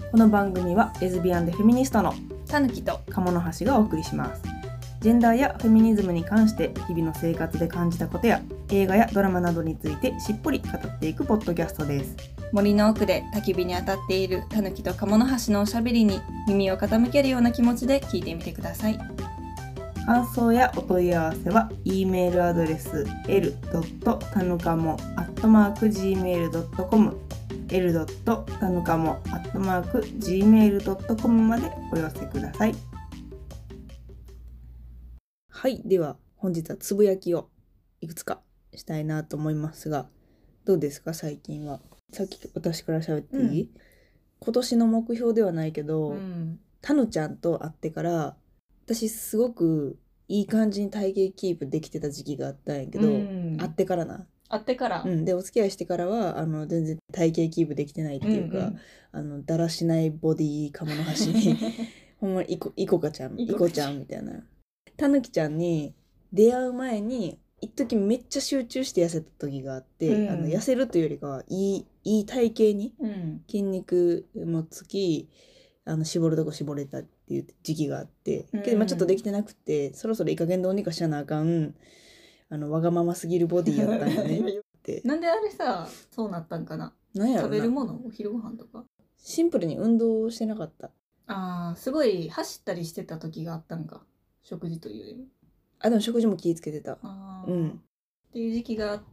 この番組はレズビアンでフェミニストのたぬきと鴨の橋がお送りします。ジェンダーやフェミニズムに関して日々の生活で感じたことや映画やドラマなどについてしっぽり語っていくポッドキャストです。 森の奥で焚き火に当たっているたぬきと鴨の橋のおしゃべりに耳を傾けるような気持ちで聞いてみてください。 感想やお問い合わせは E メールアドレス l.tanukamo@gmail.com l.tanukamo@gmail.com までお寄せください。はい、では本日はつぶやきをいくつかしたいなと思いますが、どうですか最近は。さっき私から喋っていい？今年の目標ではないけど、たぬちゃんと会ってから私すごくいい感じに体型キープできてた時期があったんやけど、会ってからな。 会ってから、 でお付き合いしてからは全然体型キープできてないっていうか、だらしないボディ鴨の端にほんまにいこちゃんみたいな。たぬきちゃんに出会う前に一時めっちゃ集中して痩せた時があって、痩せるというよりかはいい体型に、筋肉もつき絞るとこ絞れたっていう時期があって、けどちょっとできてなくて、そろそろいい加減どうにかしなあかんわがまますぎるボディやったんよねってなんであれさそうなったんかな。 なんやろな、 食べるものお昼ご飯とかシンプルに運動をしてなかった。 すごい走ったりしてた時があったんか。食事というよりもでも食事も気ぃつけてた。 っていう時期があって、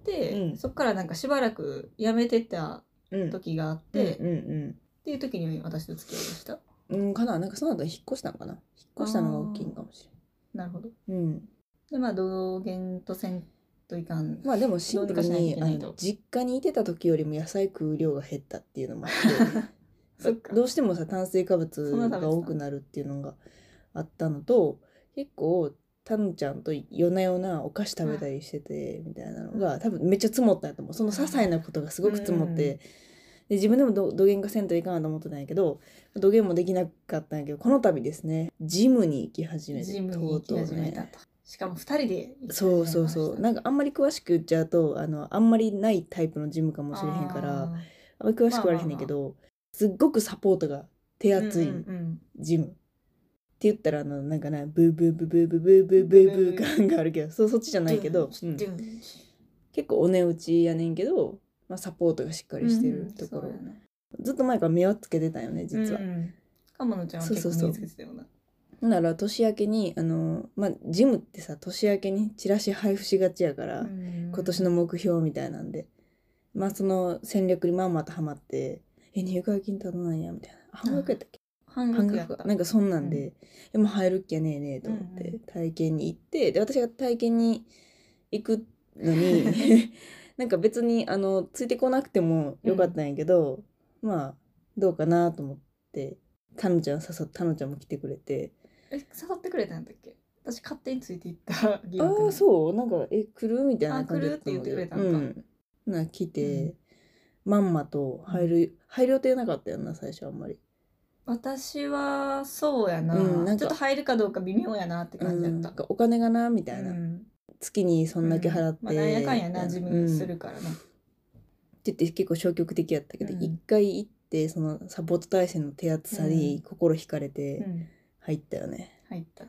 そっからなんかしばらくやめてた時があって、っていう時に私と付き合いました。 かな、なんかその後引っ越したのかな。引っ越したのが大きいんかもしれない。なるほど。で道元とせんといかん。 でもシンプルに実家にいてた時よりも野菜食う量が減ったっていうのもあってどうしてもさ炭水化物が多くなるっていうのがあったのと、結構たぬちゃんと夜な夜なお菓子食べたりしててみたいなのが多分めっちゃ積もったんやと思う。その些細なことがすごく積もって、で自分でも土下がせんといかんと思ってたんやけど、土下もできなかったんやけど、この度ですねジムに行き始めて、とうとうね。 しかも2人で行き始めました。そうなんかあんまり詳しく言っちゃうとあんまりないタイプのジムかもしれへんからあんまり詳しく言われへんねんけど、すっごくサポートが手厚いジム。って言ったらなんかなブーブーブーブーブーブーブーブーブー感があるけど、そっちじゃないけど、結構お値打ちやねんけど、サポートがしっかりしてるところ、ずっと前から目をつけてたよね実は。 鴨野ちゃんは結構目つけてたよな。 なら年明けにジムってさ年明けにチラシ配布しがちやから、今年の目標みたいなんでその戦略にまんまとハマって、入会金ただなんやみたいな、半額やったっけ、半額なんかそんなんで、もう入るっきゃねえねえと思って体験に行って、で私が体験に行くのになんか別についてこなくてもよかったんやけど、どうかなと思ってたぬちゃんも来てくれて。 誘ってくれたんだっけ。私勝手についていった疑惑。そうなんか来るみたいな感じで来るって言ってくれたんか。 来て、まんまと入る予定なかったよな最初あんまり。 私はそうやな、ちょっと入るかどうか微妙やなって感じだった。 お金がなみたいな、月にそんだけ払って、 なんやかんやな自分するからな、 って言って結構消極的やったけど、一回行ってそのサポート体制の手厚さに心惹かれて入ったよね。 入った。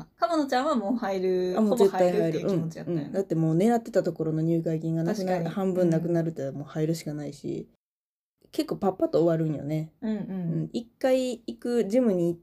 鴨野ちゃんはもう入る、ほぼ入るっていう気持ちやったよね。 だってもう狙ってたところの入会金がなくなる、半分なくなるってもう入るしかないし、結構パッパと終わるんよね。一回行くジムに行って、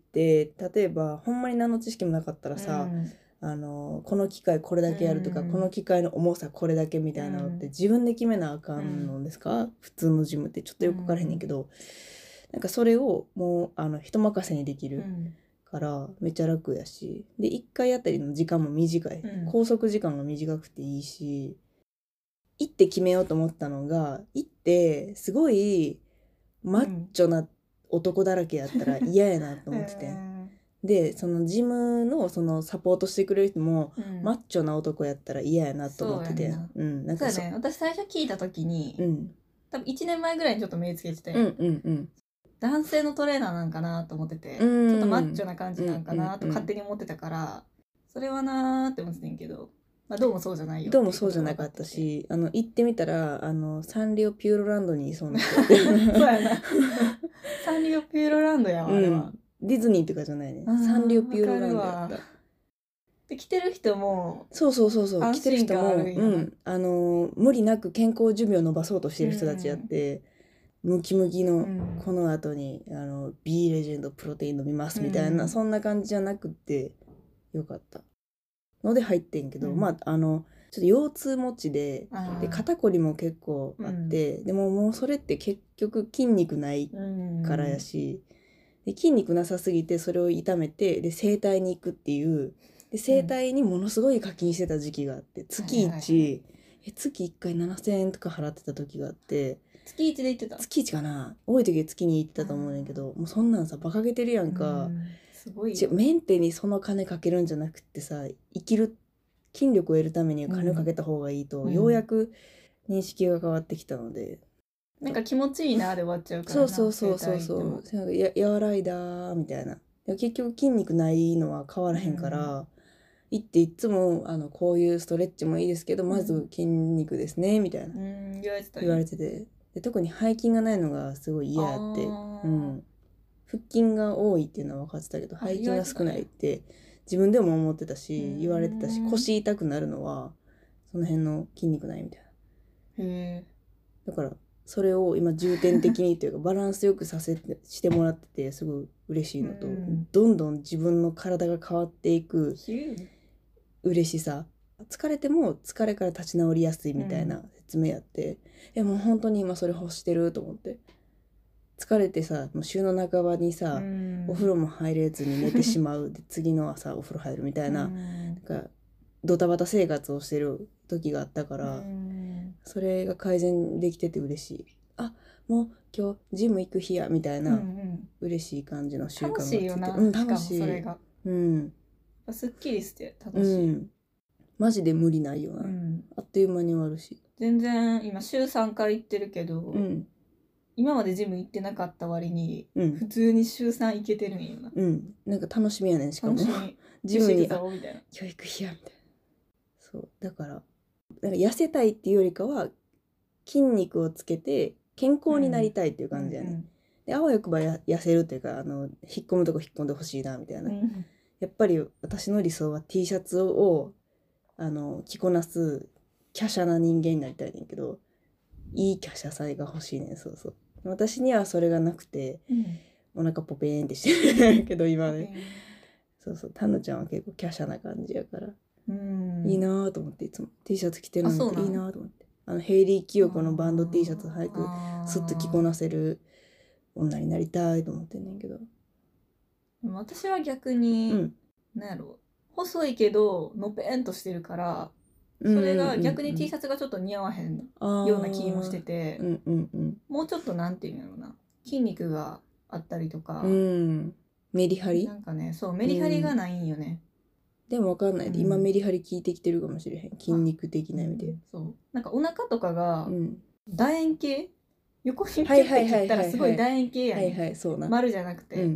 例えばほんまに何の知識もなかったらさ、この機械これだけやるとか、この機械の重さこれだけみたいなのって自分で決めなあかんのですか、普通のジムってちょっとよく分からへんねんけど、なんかそれをもう人任せにできるからめっちゃ楽やし、で1回あたりの時間も短い、拘束時間が短くていいし、行って決めようと思ったのが、行ってすごいマッチョな男だらけやったら嫌やなと思ってて、でそのジムのそのサポートしてくれる人も、マッチョな男やったら嫌やなと思ってて、 なんかそうね、私最初聞いた時に、多分1年前ぐらいにちょっと目つけてて、男性のトレーナーなんかなと思ってて、ちょっとマッチョな感じなんかなと勝手に思ってたから、それはなーって思ってたんやけど、どうもそうじゃないよ。 どうもそうじゃなかったし、行ってみたらサンリオピューロランドにいそうな人そうやなサンリオピューロランドやわ、あれは。 ディズニーとかじゃないね。サンリオピューロランドやった。 で、来てる人も、 そう、来てる人も、無理なく健康寿命を伸ばそうとしてる人たちやって、ムキムキのこの後に、B レジェンドプロテイン飲みますみたいな、そんな感じじゃなくてよかったので入ってんけど、まあちょっと腰痛持ちで肩こりも結構あって、でももうそれって結局筋肉ないからやし、で筋肉なさすぎてそれを痛めて、で整体に行くっていう、で整体にものすごい課金してた時期があって、月1、月1回7000円とか払ってた時があって、 月1で行ってた？ 月1かな、多い時は月に行ってたと思うねんけど、もうそんなんさバカげてるやんか。 すごいメンテにその金かけるんじゃなくってさ、生きる筋力を得るためには金をかけた方がいいと、ようやく認識が変わってきたので、 なんか気持ちいいなで終わっちゃうからな。 そう和らいだみたいな。結局筋肉ないのは変わらへんから、行っていつもこういうストレッチもいいですけど、まず筋肉ですねみたいな言われてて、で特に背筋がないのがすごい嫌やって、腹筋が多いっていうのは分かってたけど、背筋が少ないって自分でも思ってたし、言われてたし、腰痛くなるのはその辺の筋肉ないみたいな。だからそれを今重点的にというかバランスよくしてもらってて、すごい嬉しいのと、どんどん自分の体が変わっていく嬉しさ。疲れても疲れから立ち直りやすいみたいな説明やって、もう本当に今それ欲してると思って。疲れてさ、もう週の半ばにさ、お風呂も入れずに寝てしまう。で次の朝お風呂入るみたいな、なんかドタバタ生活をしてる時があったから、それが改善できてて嬉しい。あ、もう今日ジム行く日やみたいな、嬉しい感じの習慣がついて。 楽しいよな。 楽しい。 しかもそれが。すっきりして楽しい。 マジで無理ないよな。あっという間に終わるし。 全然今週3回行ってるけど、今までジム行ってなかった割に、普通に週3行けてるんよな。 なんか楽しみやねん、しかも。ジムに教育費やみたいな。そう。だから痩せたいっていうよりかは、筋肉をつけて健康になりたいっていう感じやね。で、あわよくば痩せるっていうか、引っ込むとこ引っ込んでほしいな、みたいな。やっぱり私の理想は T シャツを着こなす華奢な人間になりたいねんけど、いい華奢さが欲しいねん。そう。私にはそれがなくて、お腹ポペーンってしてるけど今ね。タヌちゃんは結構華奢な感じやから、いいなと思って、いつも T シャツ着てるのっていいなと思って、ヘイリー・キヨコのバンド T シャツ早くスッと着こなせる女になりたいと思ってんねんけど、 私は逆に、なんやろ、細いけどのぺんとしてるから、それが逆に T シャツがちょっと似合わへんような気もしてて、もうちょっとなんていうんやろな、筋肉があったりとか、 メリハリなんかね、そうメリハリがないんよね。 でも分かんないで、今メリハリ効いてきてるかもしれへん、筋肉的な意味で。 そうなんかお腹とかが楕円形、横にピュッて切ったらすごい楕円形やね、丸じゃなくて、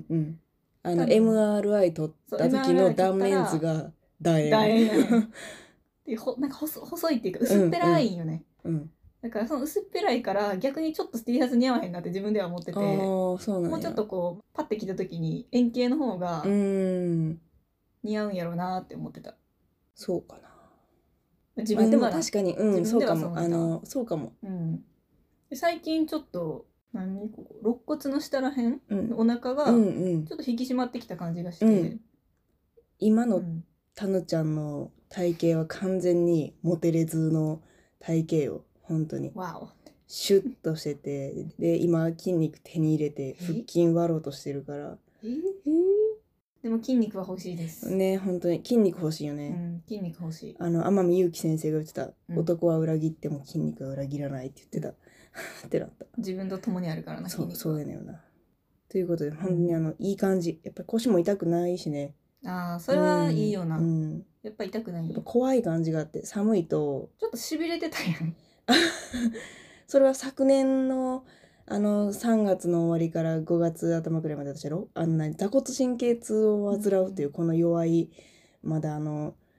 MRI 取った時の断面図が楕円なんか細いっていうか薄っぺらいんよね。だからその薄っぺらいから逆にちょっと T シャツ似合わへんなって自分では思ってて、もうちょっとこうパッて着た時に円形の方が似合うんやろうなって思ってた。 そうかな。 自分でも確かに、そうかも。そうかも。 最近ちょっと肋骨の下らへん、お腹がちょっと引き締まってきた感じがして、 今のタヌちゃんの体型は完全にモテレズの体型よ、本当に。シュッとしてて、で今筋肉手に入れて腹筋割ろうとしてるから。 でも筋肉は欲しいですね。本当に筋肉欲しいよね。 筋肉欲しい。 天海祐希先生が言ってた、男は裏切っても筋肉は裏切らないって言ってたってなった。 自分と共にあるからな、筋肉は。 そうやねんよな。ということで本当にいい感じ。やっぱり腰も痛くないしね。 それはいいよな。やっぱ痛くない。 やっぱ怖い感じがあって、寒いとちょっとしびれてたやん。 それは昨年の3月の終わりから5月頭くらいまで私座骨神経痛を患うというこの弱い、まだ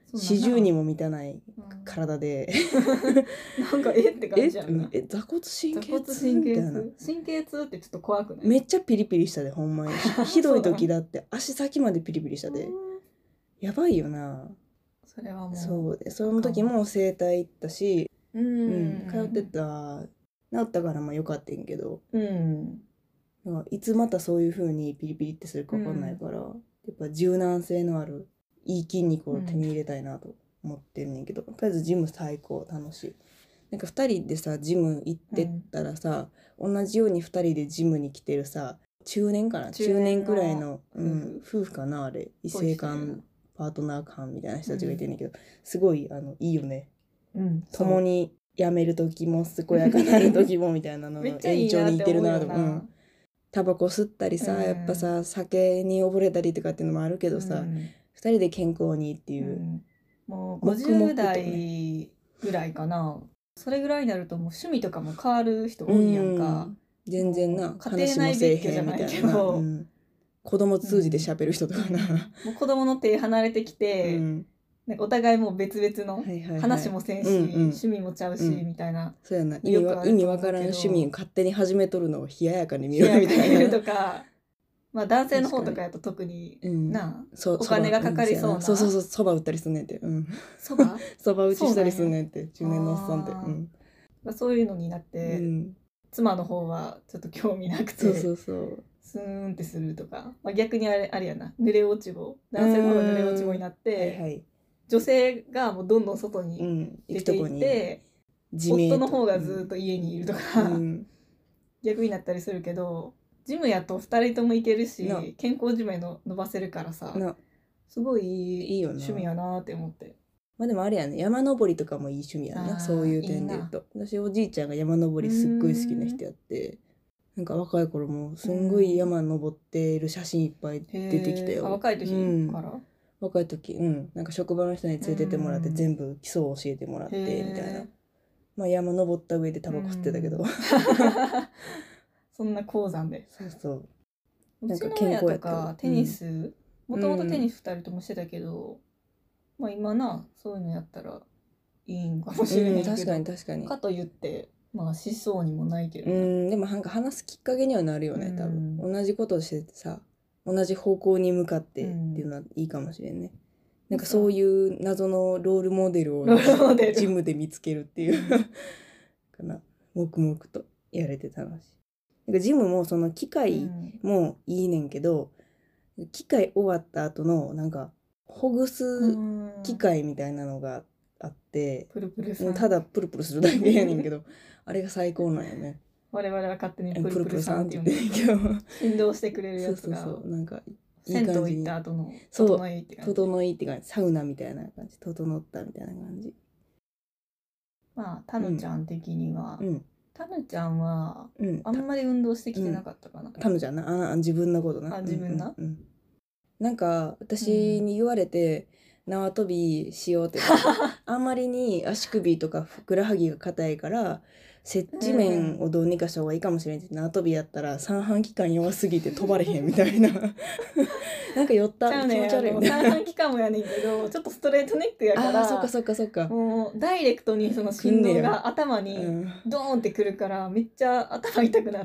40にも満たない体で、 なんかって感じやんな。 座骨神経痛みたいな。 神経痛ってちょっと怖くない？ めっちゃピリピリしたでほんまに。ひどい時だって足先までピリピリしたで。やばいよな。 それはもう。 そうで、その時も整体行ったし、通ってた、治ったからまあよかったんけど、いつまたそういう風にピリピリってするか分かんないから、やっぱ柔軟性のあるいい筋肉を手に入れたいなと思ってんねんけど、とりあえずジム最高楽しい。なんか2人でさジム行ってったらさ、同じように2人でジムに来てるさ、中年くらいの、夫婦かな、あれ異性間パートナー間みたいな人たちがいてんねんけど、すごいいいよね。共に辞める時も健やかなる時もみたいなのの延長にいてるなと思う。タバコ吸ったりさ、やっぱさ酒に溺れたりとかっていうのもあるけどさ、2人で健康にっていう、 もう50代ぐらいかな、それぐらいになるともう趣味とかも変わる人多いやんか。 全然な、 家庭内別居じゃないけど、 子供通じて喋る人とかな、 もう子供の手離れてきて、なんかお互いもう別々の話もせんし、趣味もちゃうし、みたいな。 そうやな、意味わからん趣味勝手に始めとるのを冷ややかに見るみたいなとか、まあ男性の方とかやと特にな、お金がかかりそうな。 そば打ったりすんねんて。そば打ちしたりすんねんって、中年のおっさんって。 そういうのになって、妻の方はちょっと興味なくて、スーンってするとか、逆にあれやな、濡れ落ち棒、男性の方が濡れ落ち棒になって、女性がもうどんどん外に出ていって、夫の方がずっと家にいるとか、逆になったりするけど、ジムやと2人とも行けるし、健康寿命伸ばせるからさ、すごいいい趣味やなって思って。 まあでもあれやね、山登りとかもいい趣味やな、そういう点で言うと。私おじいちゃんが山登りすっごい好きな人やって、なんか若い頃もすんごい山登ってる写真いっぱい出てきたよ。 若い時から、 若い時、なんか職場の人に連れてってもらって、全部基礎を教えてもらってみたいな。まあ山登った上でタバコ吸ってたけど、 そんな鉱山で。 なんか健康やとかテニス、もともとテニス2人ともしてたけど、まあ今なそういうのやったらいいんかもしれないけど、 確かにかと言ってまあしそうにもないけど、 でもなんか話すきっかけにはなるよね、多分。同じことをしてさ、同じ方向に向かってっていうのはいいかもしれんね。なんかそういう謎のロールモデルをジムで見つけるっていうかな、黙々とやれて楽しい。なんかジムもその機械もいいねんけど、機械終わった後のなんかほぐす機械みたいなのがあって、ただプルプルするだけやねんけどあれが最高なんよね。 我々は勝手にプルプルさんって言うんだけど、振動してくれるやつが、なんかいい感じ、銭湯行った後の整いって感じ。 整いって感じ、サウナみたいな感じ、整ったみたいな感じ。 まあタヌちゃん的には、タヌちゃんはあんまり運動してきてなかったかな。 タヌちゃんな、自分のことな。 自分な。 なんか私に言われて、縄跳びしようってあんまりに足首とかふくらはぎが硬いから接地面をどうにかした方がいいかもしれんって、縄跳びやったら三半規管弱すぎて飛ばれへんみたいななんか寄った気持ち悪いよね。 三半規管もやねんけどちょっとストレートネックやからそっかもうダイレクトにその振動が頭にドーンってくるからめっちゃ頭痛くなって、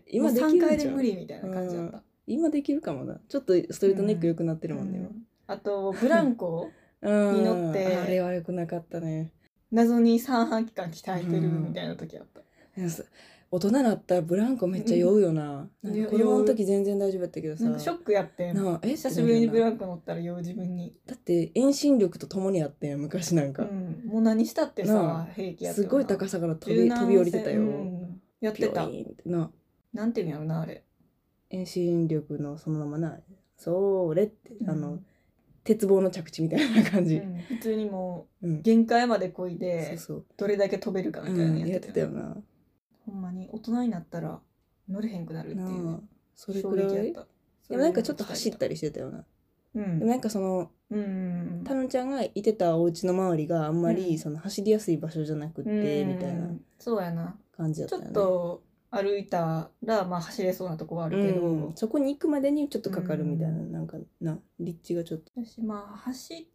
今できる 3回で無理みたいな感じだった。 今できるかもな。ちょっとストレートネック良くなってるもんね。 あとブランコに乗ってあれは良くなかったね。 謎に三半規管鍛えてるみたいな時あった。 大人になったらブランコめっちゃ酔うよな。子供の時全然大丈夫やったけどさ。 なんかショックやってん。久しぶりにブランコ乗ったら酔う自分に。 だって遠心力とともにやってん昔なんか。 もう何したってさ平気やったよな。 すごい高さから飛び降りてたよ。 やってた。なんていうんやろなあれ。 遠心力のそのままな、それって鉄棒の着地みたいな感じ。 普通にもう限界までこいでどれだけ飛べるかみたいなやってたよな。 ほんまに大人になったら乗れへんくなるっていうそれくらいでもなんかちょっと走ったりしてたよな。でもなんかそのタヌちゃんがいてたお家の周りがあんまりその走りやすい場所じゃなくってみたいなそうやな感じだったよね。 ちょっと歩いたらまあ走れそうなとこはあるけど、 そこに行くまでにちょっとかかるみたいな、なんか立地がちょっと私まあ走っ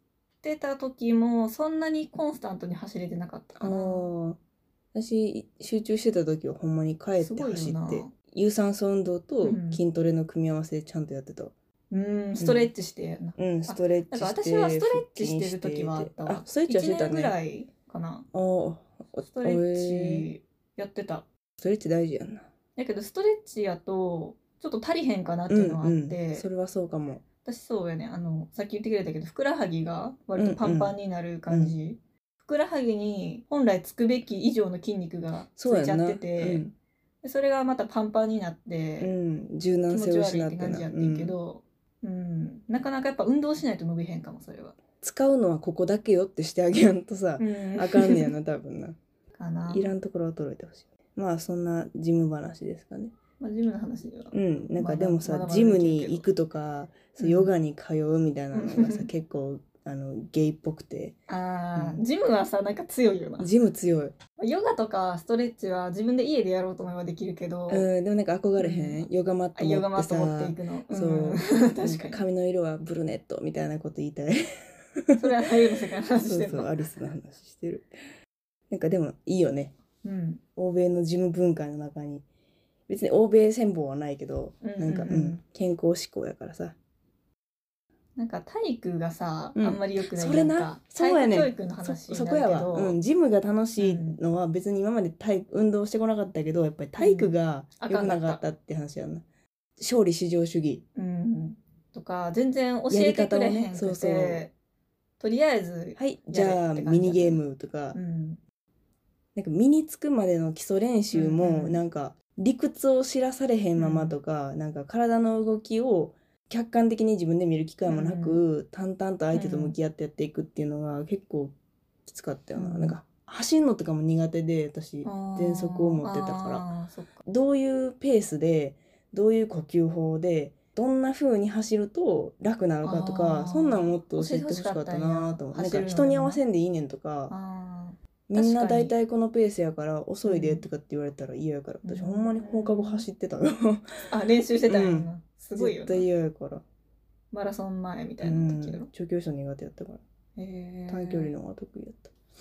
てた時もそんなにコンスタントに走れてなかったかな。 私集中してた時はほんまに帰って走って有酸素運動と筋トレの組み合わせでちゃんとやってた。 ストレッチしてやな。 ストレッチして。 だから私はストレッチしてる時はあったわ。 ストレッチはしてたね。 1年ぐらいかな。ストレッチやってた。 ストレッチ大事やんな。 だけどストレッチやとちょっと足りへんかなっていうのはあって、 それはそうかも。 私そうやね、さっき言ってくれたけどふくらはぎが割とパンパンになる感じ、ふくらはぎに本来つくべき以上の筋肉がついちゃってて、それがまたパンパンになって、 柔軟性を失って気持ち悪いって感じやってんけど、なかなかやっぱ運動しないと伸びへんかも。それは使うのはここだけよってしてあげやんとさ、あかんねやな多分な。 かな。 いらんところを衰えてほしい。まあそんなジム話ですかね。 ジムの話では。 なんかでもさ、ジムに行くとか、ヨガに通うみたいなのがさ、結構ゲイっぽくて。 ジムはさなんか強いよな。 ジム強い。 ヨガとかストレッチは自分で家でやろうと思えばできるけど。 でもなんか憧れへん。ヨガマット持ってさ。 ヨガマット持っていくの。 そう確かに。 髪の色はブルネットみたいなこと言いたい。 それはアリスの世界の話してる。 そうアリスの話してる。なんかでもいいよね。欧米のジム文化の中に。別に欧米戦法はないけど、なんか、健康志向やからさ。 なんか体育がさ、あんまり良くない。 それな、そうやね。 体育教育の話になるけど、 そこやわ。ジムが楽しいのは別に今まで運動してこなかったけど、やっぱり体育が良くなかったって話やな。勝利至上主義。 とか全然教えてくれへんくて、とりあえずはい、じゃあミニゲームとか、なんか身につくまでの基礎練習もなんか理屈を知らされへんままとか、なんか体の動きを客観的に自分で見る機会もなく、淡々と相手と向き合ってやっていくっていうのが結構きつかったよな。なんか走るのとかも苦手で、私喘息を持ってたから、どういうペースでどういう呼吸法でどんな風に走ると楽なのかとか、そんなんもっと教えてほしかったなと思って。なんか人に合わせんでいいねんとか、みんな大体このペースやから遅いでとかって言われたら嫌やから、私ほんまに放課後走ってたよ。 練習してたんやな。すごいよな。 絶対嫌やから。 マラソン前みたいな時の。 長距離走苦手やったから。短距離の方が得意やった。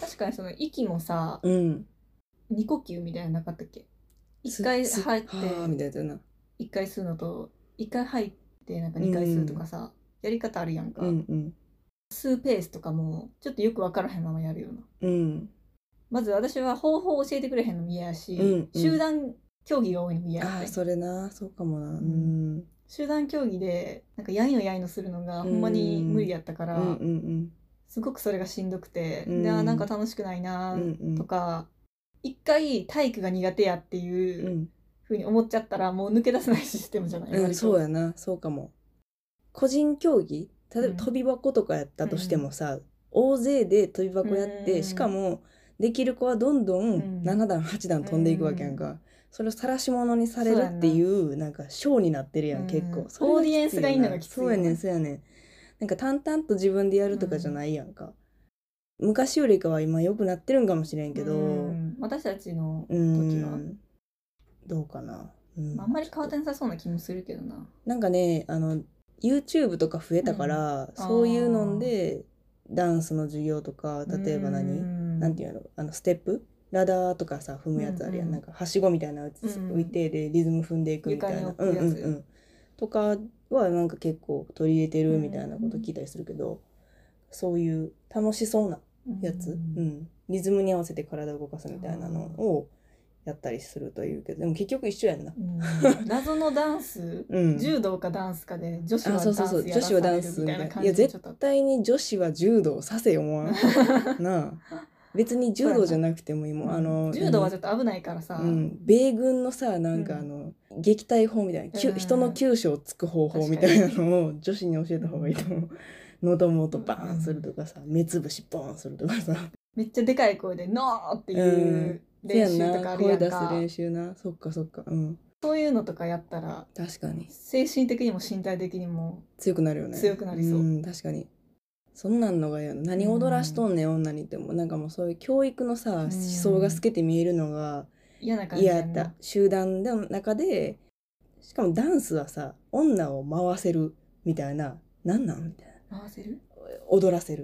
確かにその息もさ、二呼吸みたいなのなかったっけ？一回入ってみたいな。 一回吸うのと一回入ってなんか二回吸うとかさ、やり方あるやんか。吸うペースとかもちょっとよく分からへんままやるよな。まず私は方法を教えてくれへんのも嫌やし、集団競技が多いのも嫌やった。 それな、そうかもな。 集団競技でなんかやいのやいのするのがほんまに無理やったから、すごくそれがしんどくて、なんか楽しくないなとか、一回体育が苦手やっていう風に思っちゃったらもう抜け出せないシステムじゃない？ そうやな、そうかも。個人競技、例えば跳び箱とかやったとしてもさ、大勢で跳び箱やって、しかもできる子はどんどん7段8段飛んでいくわけやんか。それを晒し者にされるっていうなんかショーになってるやん、結構。 オーディエンスがいいのがきつい。 そうやねん、そうやねん。なんか淡々と自分でやるとかじゃないやんか。昔よりかは今良くなってるんかもしれんけど、 私たちの時はどうかな。 あんまり変わってなさそうな気もするけどな。 なんかね、YouTube とか増えたから、そういうのでダンスの授業とか、例えばなんていうの、ステップラダーとかさ踏むやつあるやん、なんかはしごみたいなやつ浮いてでリズム踏んでいくみたいな、とかはなんか結構取り入れてるみたいなこと聞いたりするけど、そういう楽しそうなやつ、リズムに合わせて体を動かすみたいなのをやったりするというけど、でも結局一緒やんな。 謎のダンス、柔道かダンスかで女子はダンスやらされるみたいな感じ。 いや絶対に女子は柔道させよもわなあ。別に柔道じゃなくてもいいもん。 柔道はちょっと危ないからさ。 米軍のさなんか撃退法みたいな、人の急所をつく方法みたいなのを女子に教えた方がいいと思う。喉元バーンするとかさ、目つぶしボーンするとかさ。 めっちゃでかい声でノーっていう練習とかあるやんか。声出す練習な。そっかそっか。 そういうのとかやったら確かに精神的にも身体的にも強くなるよね。 強くなりそう。 確かに。そんなんのが嫌な。何踊らしとんねん女にっても、なんかもうそういう教育のさ思想が透けて見えるのが嫌な感じやった。 集団の中で、しかもダンスはさ女を回せるみたいな、なんみたいな。 回せる？ 踊らせる。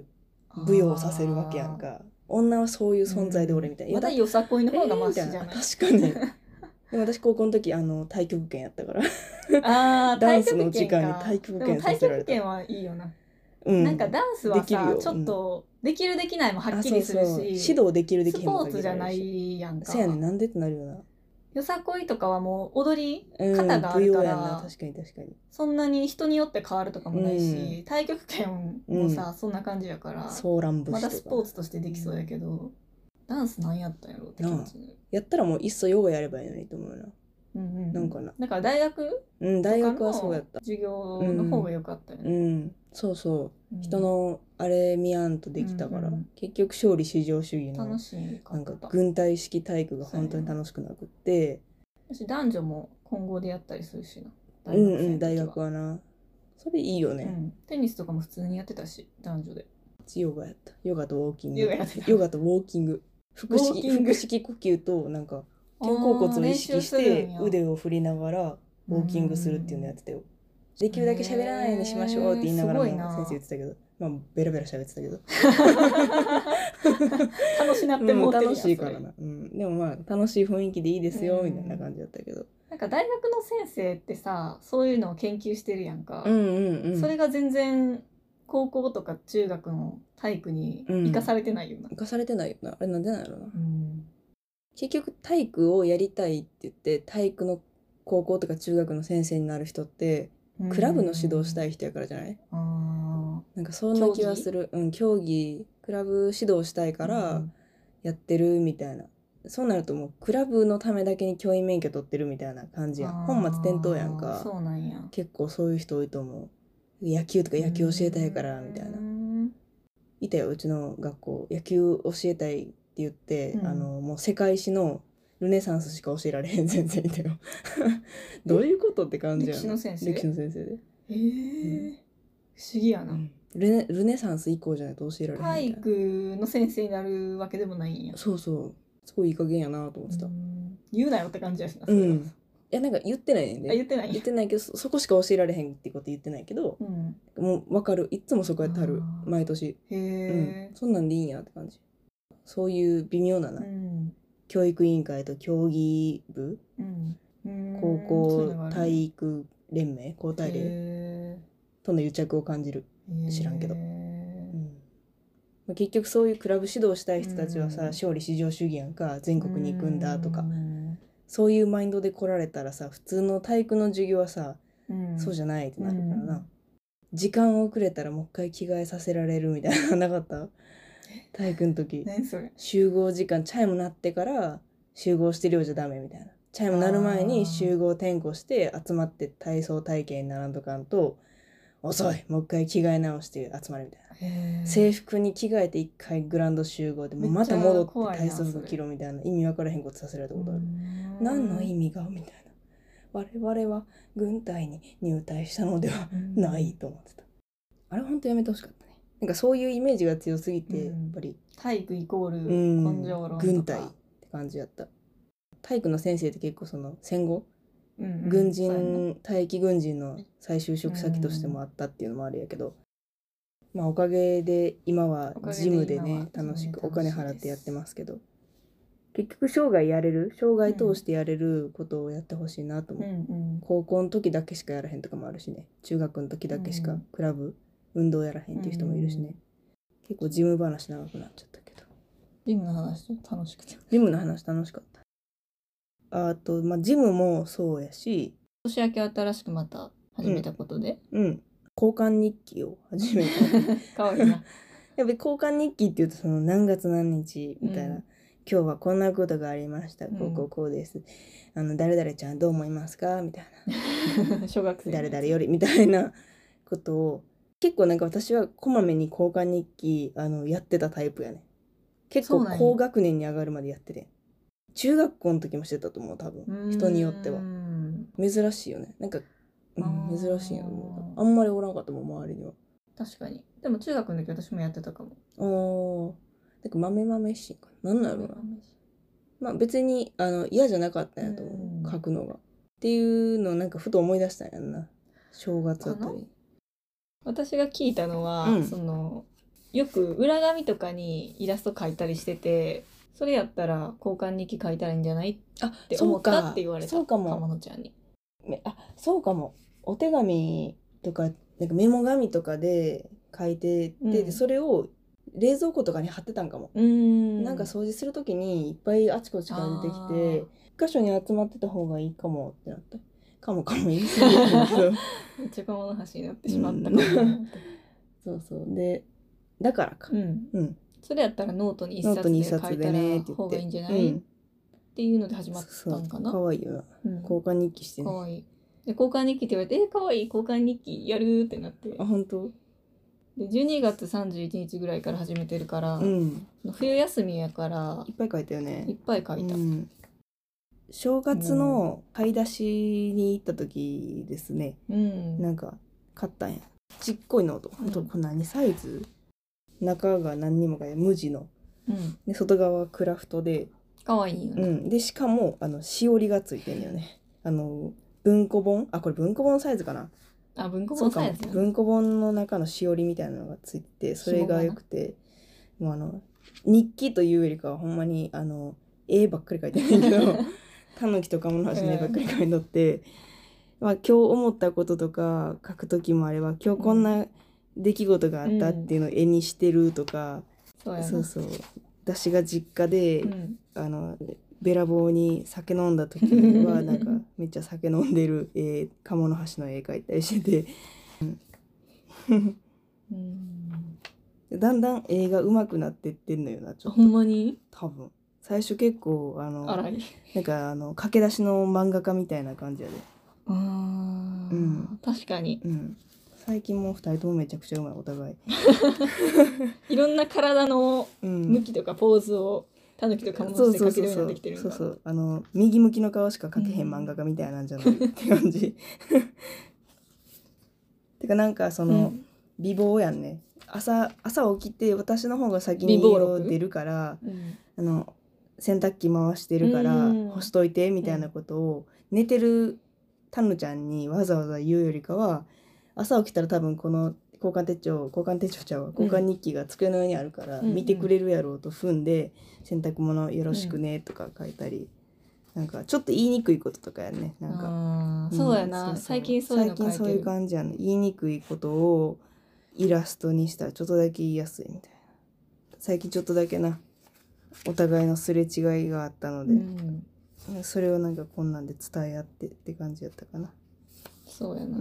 舞踊させるわけやんか。女はそういう存在で俺みたいな。 まだよさこいの方がマシじゃない、 確かに。でも私高校の時太極拳やったからダンスの時間に太極拳させられた。 太極拳はいいよな。なんかダンスはさ、ちょっとできるできないもはっきりするし、 指導できるできへんもスポーツじゃないやんか。 せやねん、なんでってなるよな。 よさこいとかはもう踊り方があるから、 確かに確かにそんなに人によって変わるとかもないし、太極拳もさ、そんな感じやからまだスポーツとしてできそうやけど、ダンスなんやったんやろって気持ちにやったらもういっそヨガやればいいのにと思うな。なんかな。 だから大学はそうやった。 授業の方が良かったよね。 そうそう。人のあれ見やんとできたから、結局勝利至上主義の楽しかった。 なんか軍隊式体育が本当に楽しくなくって。 私男女も混合でやったりするしな。 大学はな。それいいよね。 テニスとかも普通にやってたし、男女で。 ヨガやった。ヨガとウォーキング。ヨガとウォーキング。腹式呼吸となんか肩甲骨を意識して腕を振りながらウォーキングするっていうのやってたよ。できるだけ喋らないようにしましょうって言いながらも先生言ってたけど、まあベラベラ喋ってたけど楽しなっても楽しいからな、でもまあ楽しい雰囲気でいいですよみたいな感じだったけど、 なんか大学の先生ってさ、そういうのを研究してるやんか、それが全然高校とか中学の体育に生かされてないよな。 生かされてないよな。あれなんでなんやろな。結局体育をやりたいって言って体育の高校とか中学の先生になる人ってクラブの指導したい人やからじゃない？なんかそんな気はする。競技クラブ指導したいからやってるみたいな。そうなるともうクラブのためだけに教員免許取ってるみたいな感じやん。本末転倒やんか。 そうなんや。 結構そういう人多いと思う。野球とか野球教えたいからみたいな。いたよ、うちの学校。野球教えたいって言って、もう世界史のルネサンスしか教えられへん先生いたよ。どういうことって感じやな。歴史の先生で。 不思議やな。 ルネサンス以降じゃないと教えられへん。 体育の先生になるわけでもないんや。 そうそう。すごいいい加減やなと思ってた。 言うなよって感じやしな。 いやなんか言ってないねんで。言ってないけどそこしか教えられへんってこと言ってないけど、もう分かる。いつもそこやってはる。毎年。そんなんでいいんやって感じ。そういう微妙なな。教育委員会と競技部、高校体育連盟高体連との癒着を感じる。知らんけど、結局そういうクラブ指導したい人たちはさ、勝利至上主義やんか。全国に行くんだとか、そういうマインドで来られたらさ、普通の体育の授業はさ、そうじゃないってなるからな。時間遅れたらもう一回着替えさせられるみたいななかった？体育の時。 何それ？ 集合時間チャイム鳴ってから集合してるようじゃダメみたいな。チャイム鳴る前に集合点呼して集まって体操体験にならんとかんと、遅い、もう一回着替え直して集まるみたいな。制服に着替えて一回グラウンド集合でもうまた戻って体操服着ろみたいな、意味わからへんことさせられたことある。何の意味がみたいな。我々は軍隊に入隊したのではないと思ってた。あれほんとやめてほしかったね。なんかそういうイメージが強すぎて、やっぱり体育イコール根性論とか、 軍隊って感じやった。体育の先生って結構その戦後、軍人、退役軍人の再就職先としてもあったっていうのもあるやけど、まあおかげで今はジムでね楽しくお金払ってやってますけど、結局生涯通してやれることをやってほしいなと思う。高校の時だけしかやらへんとかもあるしね。中学の時だけしかクラブ、運動やらへんっていう人もいるしね。結構ジム話長くなっちゃったけど。 ジムの話楽しくて。 ジムの話楽しかった。あと、まあジムもそうやし。 年明け新しくまた始めたことで。 交換日記を始めた。 かわいいな。 やっぱり交換日記っていうとその何月何日みたいな。今日はこんなことがありました。こうです。誰々ちゃんどう思いますかみたいな。小学生。 誰々よりみたいなことを。結構なんか私はこまめに交換日記やってたタイプやね。結構高学年に上がるまでやってて。中学校の時もしてたと思う多分。人によっては。珍しいよね。なんか、珍しいよね。あんまりおらんかったもん周りには。 確かに。でも中学の時私もやってたかも。 なんか豆しいかな。なんだろうな。まあ別に嫌じゃなかったんやと思う。書くのが。っていうのをなんかふと思い出したんやんな。正月あたり。 私が聞いたのは、そのよく裏紙とかにイラスト描いたりしてて、それやったら交換日記書いたらいいんじゃないって思ったって言われた。 そうかも。 かものちゃんに。 そうかも。お手紙とか、なんかメモ紙とかで書いてて、それを冷蔵庫とかに貼ってたんかも。なんか掃除するときにいっぱいあちこちから出てきて、一箇所に集まってた方がいいかもってなった。かも言い過ぎだけど。 めっちゃかもの橋になってしまったかも。 そうで、だからか。 それやったらノートに一冊で書いたら方がいいんじゃない、っていうので始まったんかな。 かわいいよな。交換日記してね。かわいい。で、交換日記って言われて、かわいい、交換日記やるってなって。 本当？ で、12月31日ぐらいから始めてるから、冬休みやから。 いっぱい書いたよね。 いっぱい書いた。 正月の買い出しに行った時ですね。なんか買ったんや。ちっこいノート。ほんと、こんなにサイズ？中が何にもか無地の。で、外側はクラフトで。 かわいいよね。 で、しかも、しおりがついてんよね。文庫本？これ文庫本サイズかな。 文庫本サイズ、 文庫本の中のしおりみたいなのがついて、それが良くて、もう日記というよりかはほんまに絵ばっかり描いてないけど、タヌキとかもの橋の絵ばっかり描いとって、今日思ったこととか書く時もあれば、今日こんな出来事があったっていうのを絵にしてるとか、そう私が実家で、べらぼうに酒飲んだ時はなんかめっちゃ酒飲んでる鴨の橋の絵描いたりしててだんだん絵が上手くなってってんのよな。ちょっとほんまに多分最初結構なんか駆け出しの漫画家みたいな感じやで。 確かに、 最近もう2人ともめちゃくちゃうまいお互いいろんな体の向きとかポーズをタヌキとかもして描けるようになってきてるんだ。 そう右向きの顔しか描けへん漫画家みたいなんじゃないって感じてかなんか美貌やんね。朝起きて私の方が先に出るから、洗濯機回してるから干しといてみたいなことを寝てるタヌちゃんにわざわざ言うよりかは、朝起きたら多分この交換日記が机の上にあるから見てくれるやろうと踏んで、洗濯物よろしくねとか書いたり、なんかちょっと言いにくいこととかやね。なんかそうやな。最近そういうの書いてる。 最近そういう感じやね。言いにくいことをイラストにしたらちょっとだけ言いやすいみたいな。最近ちょっとだけな、お互いのすれ違いがあったので、それをなんかこんなんで伝え合ってって感じやったかな。 そうやな。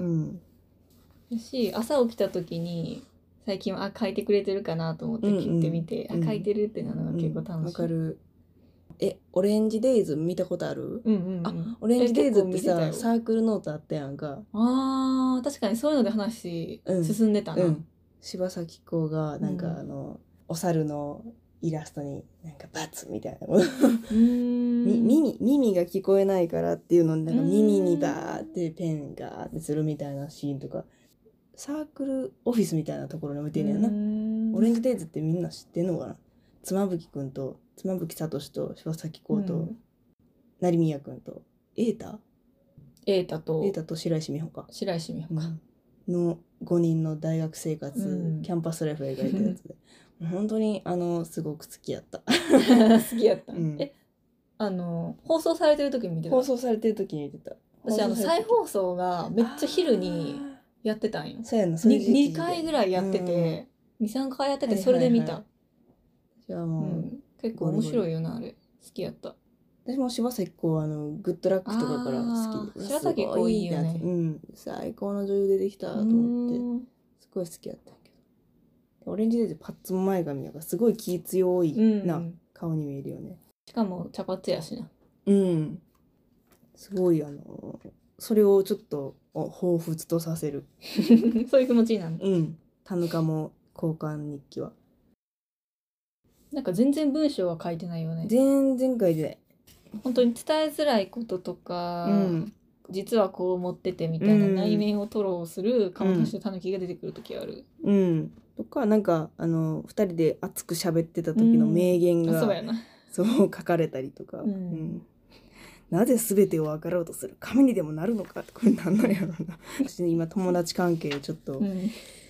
朝起きた時に最近は書いてくれてるかなと思って切ってみて、書いてるってなのが結構楽しい。 わかる。オレンジデイズ見たことある？オレンジデイズってさ、サークルノートあったやんか。 確かにそういうので話進んでたな。 柴咲コウがなんかお猿のイラストになんかバツみたいな耳が聞こえないからっていうのになんか耳にバーってペンガーってするみたいなシーンとか、サークルオフィスみたいなところに置いてんねんな。オレンジデイズってみんな知ってんのかな？妻夫木聡と柴咲コウと成宮くんと瑛太と白石美穂かの5人の大学生活、キャンパスライフを描いたやつで本当にすごく好きやった好きやった、放送されてる時に見てた。 放送されてる時に見てた。 私再放送がめっちゃ昼にやってたんよ。 そうやな、 2回ぐらいやってて、2,3回やってて、それで見た。 じゃあもう、 結構面白いよな、あれ。好きやった。 私も柴咲コウグッドラックとかから好き。 柴咲コウいいよね。 最高の女優出てきたと思って、すごい好きやったんやけど。オレンジデイズパッツン前髪がすごい気強いな、顔に見えるよね。 しかも茶髪やしな。 すごいそれをちょっと彷彿とさせるそういう気持ちになる。 田中も交換日記はなんか全然文章は書いてないよね。 全然書いてない。 本当に伝えづらいこととか、実はこう思っててみたいな内面を吐露する鴨の橋のたぬきが出てくる時ある。 とかなんか2人で熱く喋ってた時の名言がそう書かれたりとか、なぜ全てを分かろうとする神にでもなるのかってこれなんなんやろな。私今友達関係ちょっと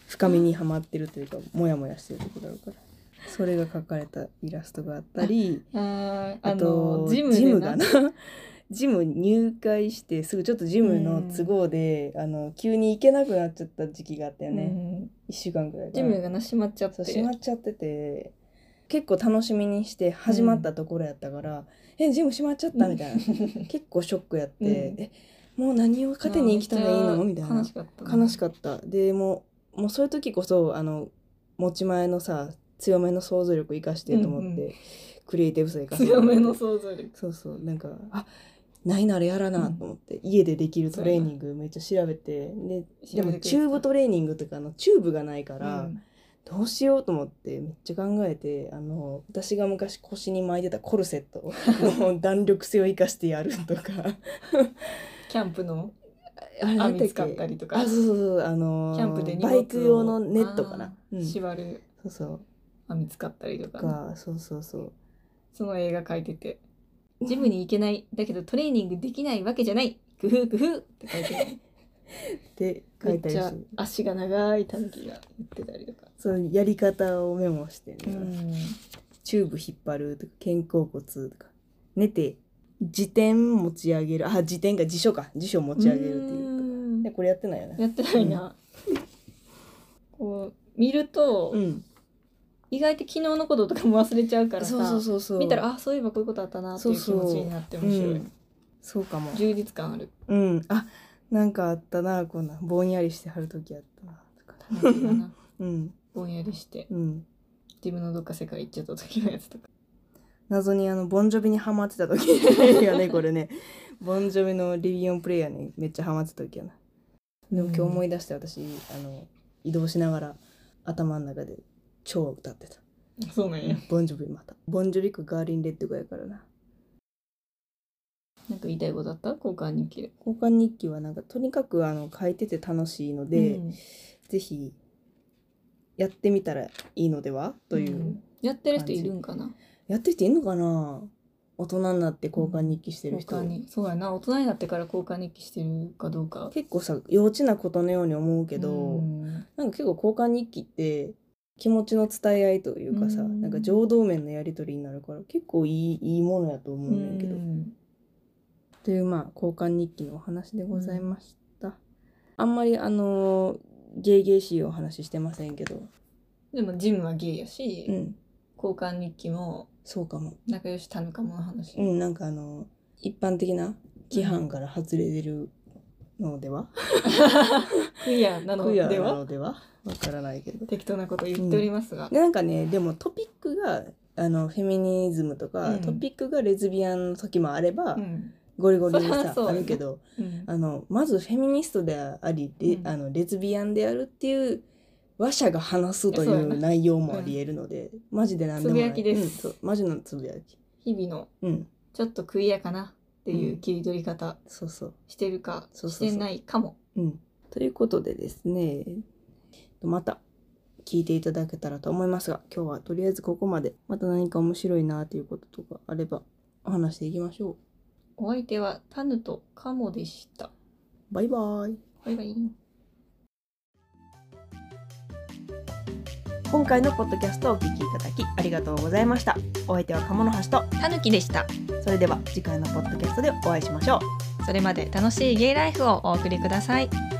深みにはまってるというかモヤモヤしてるところだろうから、それが描かれたイラストがあったり、あとジムがなジム入会してすぐちょっとジムの都合で、急に行けなくなっちゃった時期があったよね、1週間ぐらいジムが閉まっちゃって、 閉まっちゃってて、結構楽しみにして始まったところやったから、ジム閉まっちゃったみたいな結構ショックやって、もう何を糧に生きたらいいのみたいな。悲しかった。でもうそういう時こそ持ち前のさ強めの想像力生かしてと思って、クリエイティブさ生かして強めの想像力、 そうなんかないならやらなと思って、家でできるトレーニングめっちゃ調べて、でもチューブトレーニングとかチューブがないから、どうしようと思ってめっちゃ考えて、私が昔腰に巻いてたコルセットの弾力性を生かしてやるとかキャンプの網使ったりとか、 そうキャンプでバイク用のネットかな、 縛る網使ったりとか、その映画描いてて、ジムに行けないだけどトレーニングできないわけじゃない、工夫って書いてるで書いたりして、 めっちゃ足が長いタヌキが言ってたりとか、 そうやり方をメモして、チューブ引っ張るとか肩甲骨とか、寝て自転持ち上げる、辞書持ち上げるっていうで、これやってないよね。 やってないな、こう見ると、意外と昨日のこととかも忘れちゃうからさ、見たらそういえばこういうことあったなっていう気持ちになって面白い。 そうかも。 充実感ある。 なんかあったな、こんなぼんやりしてはる時あったなとか。 楽しいな。ぼんやりして、自分のどっか世界行っちゃった時のやつとか。 謎にボンジョビにハマってた時やね、これね。ボンジョビのリビオンプレイヤーにめっちゃハマってた時やな。でも今日思い出して私移動しながら頭の中で超歌ってた。 そうなんや。 ボンジョビまた。ボンジョビかガーリンレッドがやからな。 なんか言いたいことあった？交換日記で。 交換日記はなんかとにかく書いてて楽しいので、ぜひやってみたらいいのではという、 やってる人いるんかな？ やってる人いるのかな？大人になって交換日記してる人、 そうやな、大人になってから交換日記してるかどうか結構さ幼稚なことのように思うけど、なんか結構交換日記って気持ちの伝え合いというかさ、なんか情動面のやり取りになるから結構いいものやと思うねんけど、という交換日記のお話でございました。あんまりゲイゲイしいお話してませんけど、 でもジムはゲイやし、交換日記もそうかも、 仲良しタヌカモの話、 なんか一般的な規範から外れてるのでは、 クイアなのではわからないけど適当なこと言っておりますが、 なんかね、でもトピックがフェミニズムとか、トピックがレズビアンの時もあれば、ゴリゴリにさ、あるけど、まずフェミニストであり、レズビアンであるっていう話者が話すという内容もありえるので、マジで何でもない。 つぶやきです。 マジのつぶやき。 日々の、ちょっとクイアかなっていう切り取り方、してるか、してないかも。 ということでですね、また聞いていただけたらと思いますが、今日はとりあえずここまで。また何か面白いなということとかあればお話していきましょう。 お相手はタヌとカモでした。 バイバイ。 バイバイ。 今回のポッドキャストをお聞きいただきありがとうございました。お相手はカモノハシとタヌキでした。 それでは次回のポッドキャストでお会いしましょう。 それまで楽しいゲイライフをお送りください。